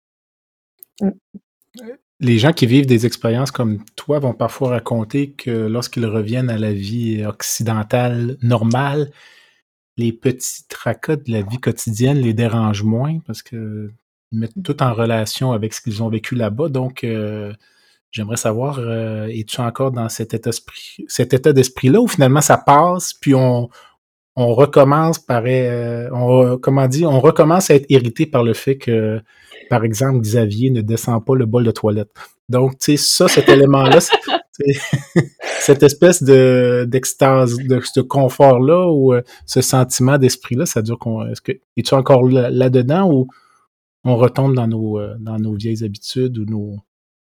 les gens qui vivent des expériences comme toi vont parfois raconter que lorsqu'ils reviennent à la vie occidentale normale, les petits tracas de la vie quotidienne les dérangent moins parce que ils mettent tout en relation avec ce qu'ils ont vécu là-bas. Donc, j'aimerais savoir, es-tu encore dans cet état d'esprit-là où finalement ça passe, puis on recommence on recommence à être irrité par le fait que, par exemple, Xavier ne descend pas le bol de toilette. Donc, tu sais, cet élément-là, cette espèce d'extase, de ce confort-là ou ce sentiment d'esprit-là, ça dure es-tu encore là-dedans ou on retombe dans nos vieilles habitudes ou nos...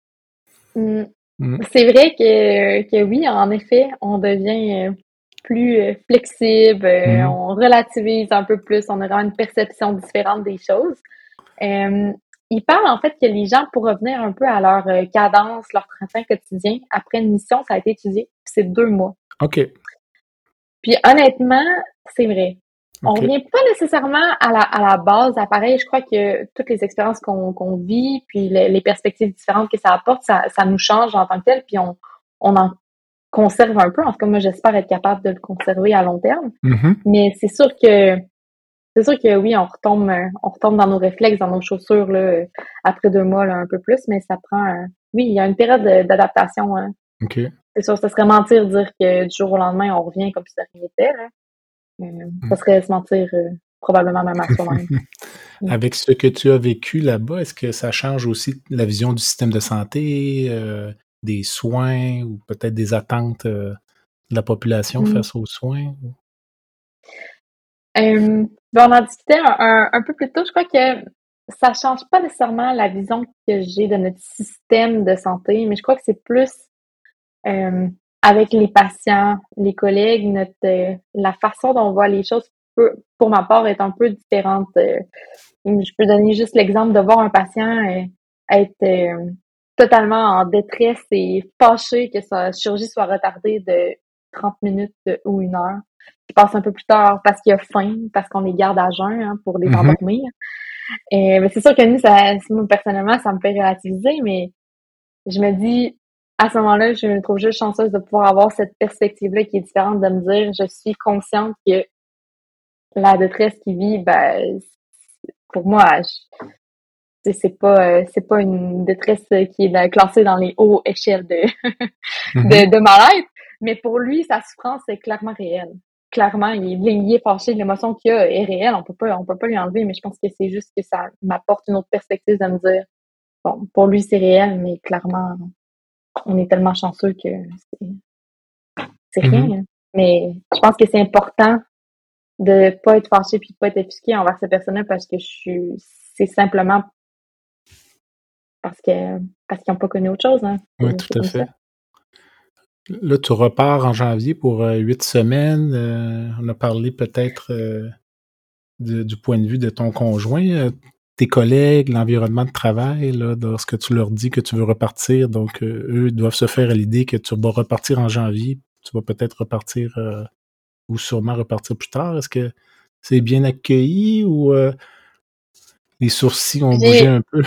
C'est vrai que oui, en effet, on devient plus flexible, on relativise un peu plus, on a vraiment une perception différente des choses. Il parle en fait que les gens, pour revenir un peu à leur cadence, leur train quotidien, après une mission, ça a été étudié, c'est 2 mois. OK. Puis honnêtement, c'est vrai. On OK. revient pas nécessairement à la base. Pareil, je crois que toutes les expériences qu'on vit, puis les perspectives différentes que ça apporte, ça nous change en tant que tel, puis on en conserve un peu. En tout cas, moi, j'espère être capable de le conserver à long terme. Mais c'est sûr que oui, on retombe dans nos réflexes, dans nos chaussures là, après 2 mois, là, un peu plus, mais ça prend oui, il y a une période d'adaptation. Hein. OK. C'est sûr, ça serait mentir de dire que du jour au lendemain, on revient comme si ça rien n'était. Là. Ça serait se mentir probablement même à soi-même. Avec ce que tu as vécu là-bas, est-ce que ça change aussi la vision du système de santé, des soins ou peut-être des attentes de la population face aux soins? On en discutait un peu plus tôt. Je crois que ça change pas nécessairement la vision que j'ai de notre système de santé, mais je crois que c'est plus avec les patients, les collègues, la façon dont on voit les choses peut, pour ma part, être un peu différente. Je peux donner juste l'exemple de voir un patient être totalement en détresse et fâché que sa chirurgie soit retardée de 30 minutes ou 1 heure. Il passe un peu plus tard parce qu'il a faim, parce qu'on les garde à jeun hein, pour les endormir. Mais c'est sûr que moi, personnellement, ça me fait relativiser, mais je me dis, à ce moment-là, je me trouve juste chanceuse de pouvoir avoir cette perspective-là qui est différente, de me dire, je suis consciente que la détresse qu'il vit, ben, pour moi, c'est pas une détresse qui est classée dans les hauts échelles de mal-être, mais pour lui, sa souffrance est clairement réelle. Clairement, il est fâché, l'émotion qu'il a est réelle, on peut pas lui enlever, mais je pense que c'est juste que ça m'apporte une autre perspective de me dire, bon, pour lui, c'est réel, mais clairement, on est tellement chanceux que c'est rien. Hein. Mais je pense que c'est important de pas être fâché puis de pas être offusqué envers ces personnes-là parce que c'est simplement parce qu'ils n'ont pas connu autre chose. Hein. Oui, tout à fait. Là, tu repars en janvier pour 8 semaines. On a parlé peut-être du point de vue de ton conjoint, tes collègues, l'environnement de travail, là, lorsque tu leur dis que tu veux repartir. Donc, eux doivent se faire à l'idée que tu vas repartir en janvier. Tu vas peut-être repartir ou sûrement repartir plus tard. Est-ce que c'est bien accueilli ou les sourcils ont bougé un peu?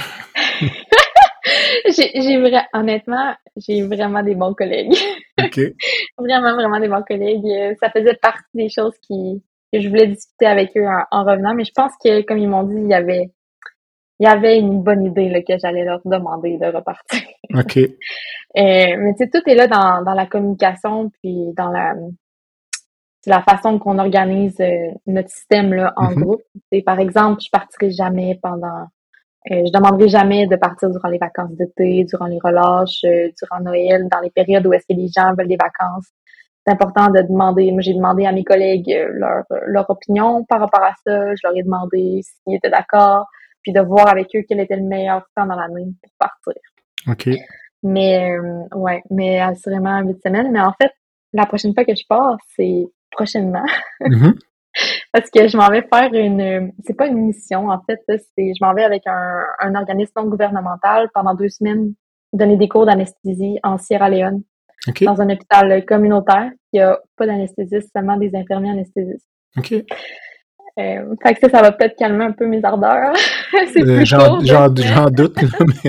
Honnêtement, j'ai vraiment des bons collègues. OK. Vraiment, vraiment des bons collègues. Ça faisait partie des choses que je voulais discuter avec eux en revenant, mais je pense que, comme ils m'ont dit, il y avait une bonne idée là, que j'allais leur demander de repartir. OK. Mais tu sais, tout est là dans la communication, puis dans la façon qu'on organise notre système là, en groupe. T'sais, par exemple, je partirai jamais je demanderai jamais de partir durant les vacances d'été, durant les relâches, durant Noël, dans les périodes où est-ce que les gens veulent des vacances. C'est important de demander. Moi, j'ai demandé à mes collègues leur opinion par rapport à ça. Je leur ai demandé s'ils étaient d'accord, puis de voir avec eux quel était le meilleur temps dans l'année pour partir. OK. Mais mais assurément 8 semaines. Mais en fait, la prochaine fois que je pars, c'est prochainement. Parce que je m'en vais faire c'est pas une mission, en fait, là, je m'en vais avec un organisme non gouvernemental pendant 2 semaines donner des cours d'anesthésie en Sierra Leone. Okay. Dans un hôpital communautaire qui a pas d'anesthésiste, seulement des infirmiers anesthésistes. OK. Fait que ça va peut-être calmer un peu mes ardeurs. C'est plus J'en court, j'en- 2 semaines. j'en doute, là, mais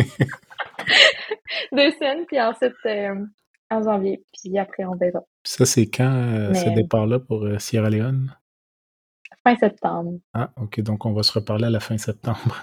2 semaines, puis ensuite en janvier. Puis après, on verra. ça, c'est quand ce Mais départ-là pour Sierra Leone? fin septembre. Ah, OK, donc on va se reparler à la fin septembre.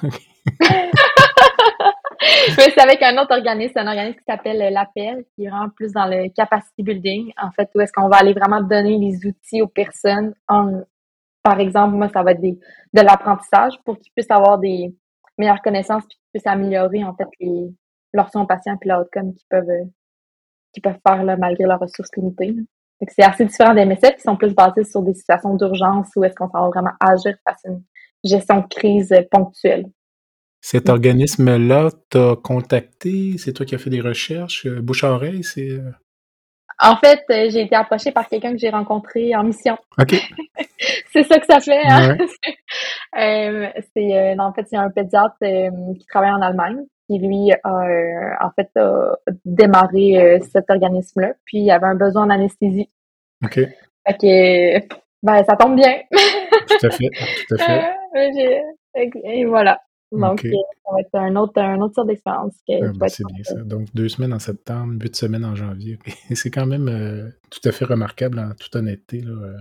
Mais c'est avec un autre organisme, un organisme qui s'appelle l'APEL, qui rentre plus dans le capacity building, en fait, où est-ce qu'on va aller vraiment donner les outils aux personnes. Par exemple, moi, ça va être de l'apprentissage pour qu'ils puissent avoir des meilleures connaissances puis qu'ils puissent améliorer, en fait, leurs soins patients puis leur outcome qu'ils peuvent faire là, malgré leurs ressources limitées, là. Fait que c'est assez différent des MSF qui sont plus basés sur des situations d'urgence où est-ce qu'on s'en va vraiment agir face à une gestion de crise ponctuelle. Cet organisme-là t'a contacté? C'est toi qui as fait des recherches? Bouche à oreille, c'est... En fait, j'ai été approchée par quelqu'un que j'ai rencontré en mission. OK. C'est ça que ça fait, hein? Ouais. En fait, il y a un pédiatre qui travaille en Allemagne, qui lui a démarré cet organisme-là, puis il avait un besoin en anesthésie. OK. Fait que, ben, ça tombe bien. Tout à fait. Tout à fait. Et voilà. Donc, OK. ça va être un autre sorte d'expérience qui va être C'est bien ça. Donc, 2 semaines en septembre, 8 semaines en janvier. OK. C'est quand même tout à fait remarquable, en toute honnêteté, là.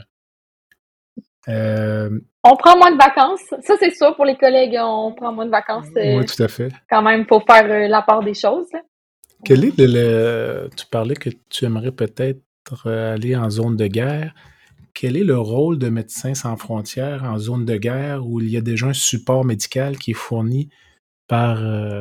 On prend moins de vacances. Ça, c'est sûr, pour les collègues, on prend moins de vacances Oui, tout à fait. quand même pour faire la part des choses, là. Quel est tu parlais que tu aimerais peut-être aller en zone de guerre. Quel est le rôle de Médecins sans frontières en zone de guerre où il y a déjà un support médical qui est fourni par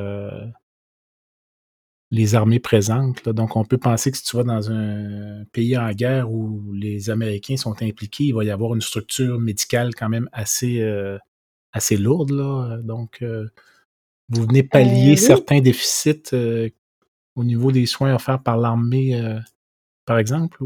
les armées présentes, là? Donc, on peut penser que si tu vas dans un pays en guerre où les Américains sont impliqués, il va y avoir une structure médicale quand même assez lourde, là. Donc, vous venez pallier Oui. certains déficits au niveau des soins offerts par l'armée, par exemple?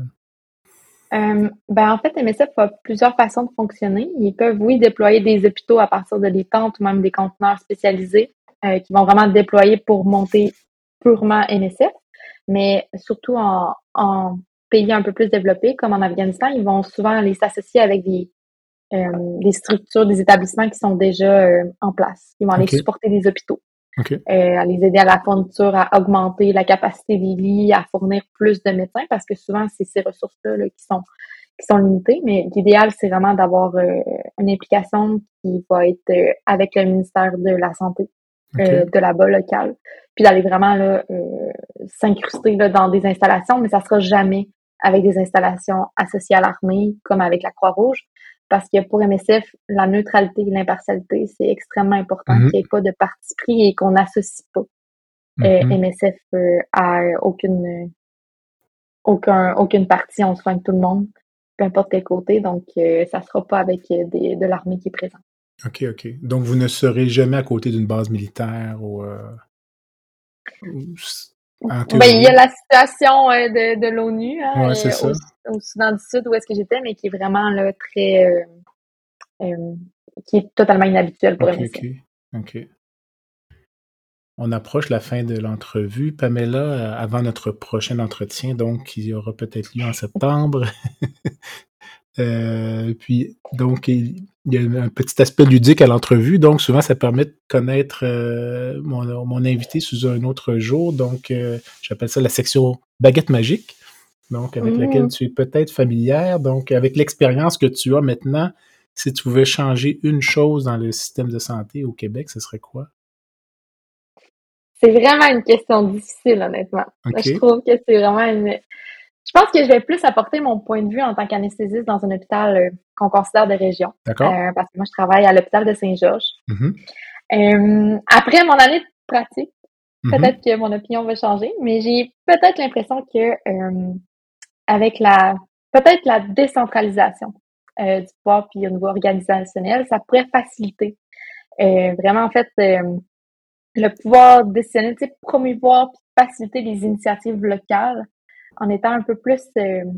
En fait, MSF a plusieurs façons de fonctionner. Ils peuvent, oui, déployer des hôpitaux à partir de des tentes ou même des conteneurs spécialisés qui vont vraiment déployer pour monter purement MSF, mais surtout en pays un peu plus développés, comme en Afghanistan, ils vont souvent aller s'associer avec des structures, des établissements qui sont déjà en place. Ils vont aller supporter des hôpitaux. À les aider à la fourniture, à augmenter la capacité des lits, à fournir plus de médecins, parce que souvent, c'est ces ressources-là là, qui sont limitées. Mais l'idéal, c'est vraiment d'avoir une implication qui va être avec le ministère de la Santé de là-bas, local. Puis d'aller vraiment là, s'incruster là, dans des installations, mais ça sera jamais avec des installations associées à l'armée, comme avec la Croix-Rouge. Parce que pour MSF, la neutralité et l'impartialité, c'est extrêmement important qu'il n'y ait pas de parti pris et qu'on n'associe pas MSF à aucune partie. On soigne tout le monde, peu importe quel côté. Donc, ça ne sera pas avec de l'armée qui est présente. OK. Donc, vous ne serez jamais à côté d'une base militaire ou en théorie? Il y a la situation de l'ONU hein, c'est ça. au Soudan du Sud, où est-ce que j'étais, mais qui est vraiment là, très... qui est totalement inhabituel pour MSF. OK. On approche la fin de l'entrevue. Pamela, avant notre prochain entretien, donc, qui aura peut-être lieu en septembre. Puis, donc, il y a un petit aspect ludique à l'entrevue. Donc, souvent, ça permet de connaître mon invité sous un autre jour. Donc, j'appelle ça la section baguette magique. Donc, avec laquelle tu es peut-être familière. Donc, avec l'expérience que tu as maintenant, si tu pouvais changer une chose dans le système de santé au Québec, ce serait quoi? C'est vraiment une question difficile, honnêtement. Je trouve que c'est vraiment Je pense que je vais plus apporter mon point de vue en tant qu'anesthésiste dans un hôpital qu'on considère de région. D'accord. Parce que moi, je travaille à l'hôpital de Saint-Georges. Après mon année de pratique, peut-être que mon opinion va changer, mais j'ai peut-être l'impression que avec peut-être la décentralisation du pouvoir puis au niveau organisationnel, ça pourrait faciliter vraiment en fait le pouvoir décisionner, promouvoir puis faciliter les initiatives locales en étant un peu plus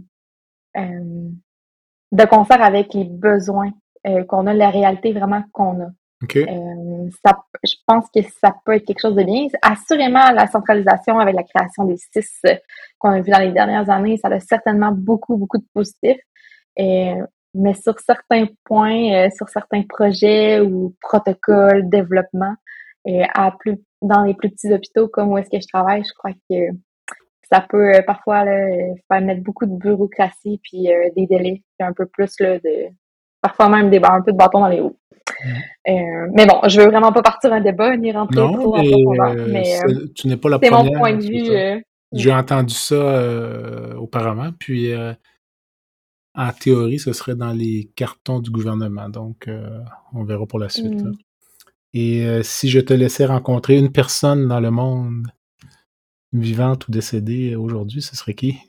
de concert avec les besoins qu'on a, la réalité vraiment qu'on a. Je pense que ça peut être quelque chose de bien. Assurément, la centralisation avec la création des CIS qu'on a vu dans les dernières années, ça a certainement beaucoup, beaucoup de positifs. mais sur certains points, sur certains projets ou protocoles, développement, dans les plus petits hôpitaux comme où est-ce que je travaille, je crois que ça peut parfois là, faire mettre beaucoup de bureaucratie puis des délais, puis un peu plus là, parfois même un peu de bâton dans les roues. Mais bon, je veux vraiment pas partir un débat ni rentrer trop en profondeur. Mais tu n'es pas la c'est première. mon point de vue. J'ai entendu ça auparavant, puis en théorie, ce serait dans les cartons du gouvernement. Donc, on verra pour la suite. Là. Et si je te laissais rencontrer une personne dans le monde, vivante ou décédée aujourd'hui, ce serait qui?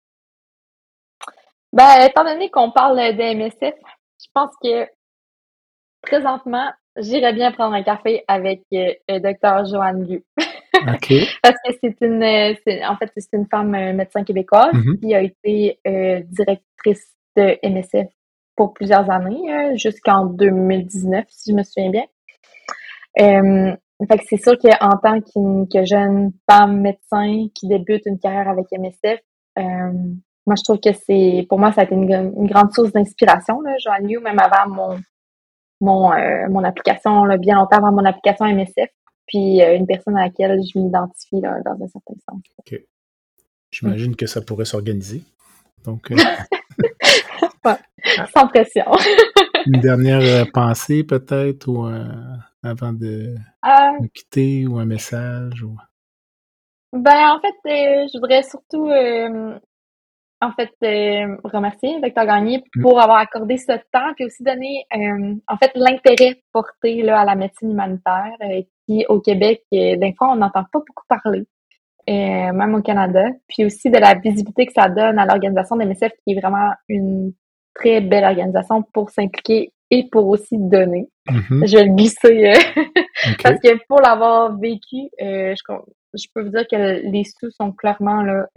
Ben, étant donné qu'on parle de MSF, je pense que présentement, j'irais bien prendre un café avec Dr. Joanne Liu. OK. Parce que c'est une femme médecin québécoise qui a été directrice de MSF pour plusieurs années, jusqu'en 2019, si je me souviens bien. Fait que c'est sûr qu'en tant que jeune femme médecin qui débute une carrière avec MSF, moi je trouve que pour moi ça a été une grande source d'inspiration, là, Joanne Liu, même avant mon application, là, bien longtemps avant mon application MSF, puis une personne à laquelle je m'identifie là, dans un certain sens. OK. J'imagine que ça pourrait s'organiser. Donc, ouais, sans pression. Une dernière pensée peut-être ou avant de nous quitter ou un message ou... Ben en fait, je voudrais surtout remercier Dr. Gagné pour avoir accordé ce temps puis aussi donner en fait l'intérêt porté là à la médecine humanitaire qui au Québec des fois on n'entend pas beaucoup parler. Même au Canada, puis aussi de la visibilité que ça donne à l'organisation de MSF qui est vraiment une très belle organisation pour s'impliquer et pour aussi donner. Je vais le glisser parce que pour l'avoir vécu, je peux vous dire que les sous sont clairement là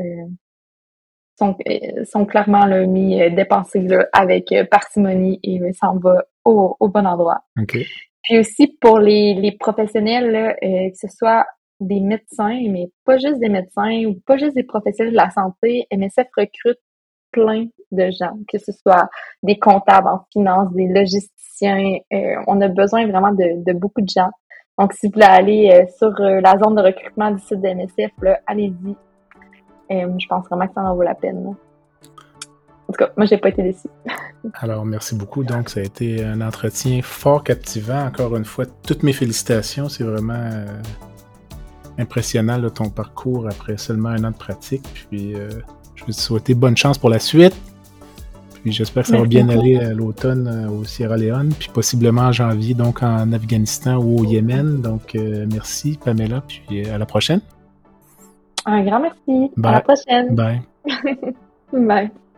sont clairement là, dépensés là, avec parcimonie et ça en va au bon endroit. Puis aussi pour les professionnels là, que ce soit des médecins, mais pas juste des médecins ou pas juste des professionnels de la santé, MSF recrute plein de gens, que ce soit des comptables en finance, des logisticiens. On a besoin vraiment de beaucoup de gens. Donc, si vous voulez aller sur la zone de recrutement du site de MSF, là, allez-y. Je pense vraiment que ça en vaut la peine. Là. En tout cas, moi, j'ai pas été déçue. Alors, merci beaucoup. Donc, ça a été un entretien fort captivant. Encore une fois, toutes mes félicitations. C'est vraiment impressionnant là, ton parcours après seulement 1 an de pratique. Puis, je veux te souhaiter bonne chance pour la suite. Puis, j'espère que ça va bien aller à l'automne au Sierra Leone, puis possiblement en janvier, donc en Afghanistan ou au Yémen. Donc, merci, Pamela. Puis, à la prochaine. Un grand merci. Bye. À la prochaine. Bye. Bye.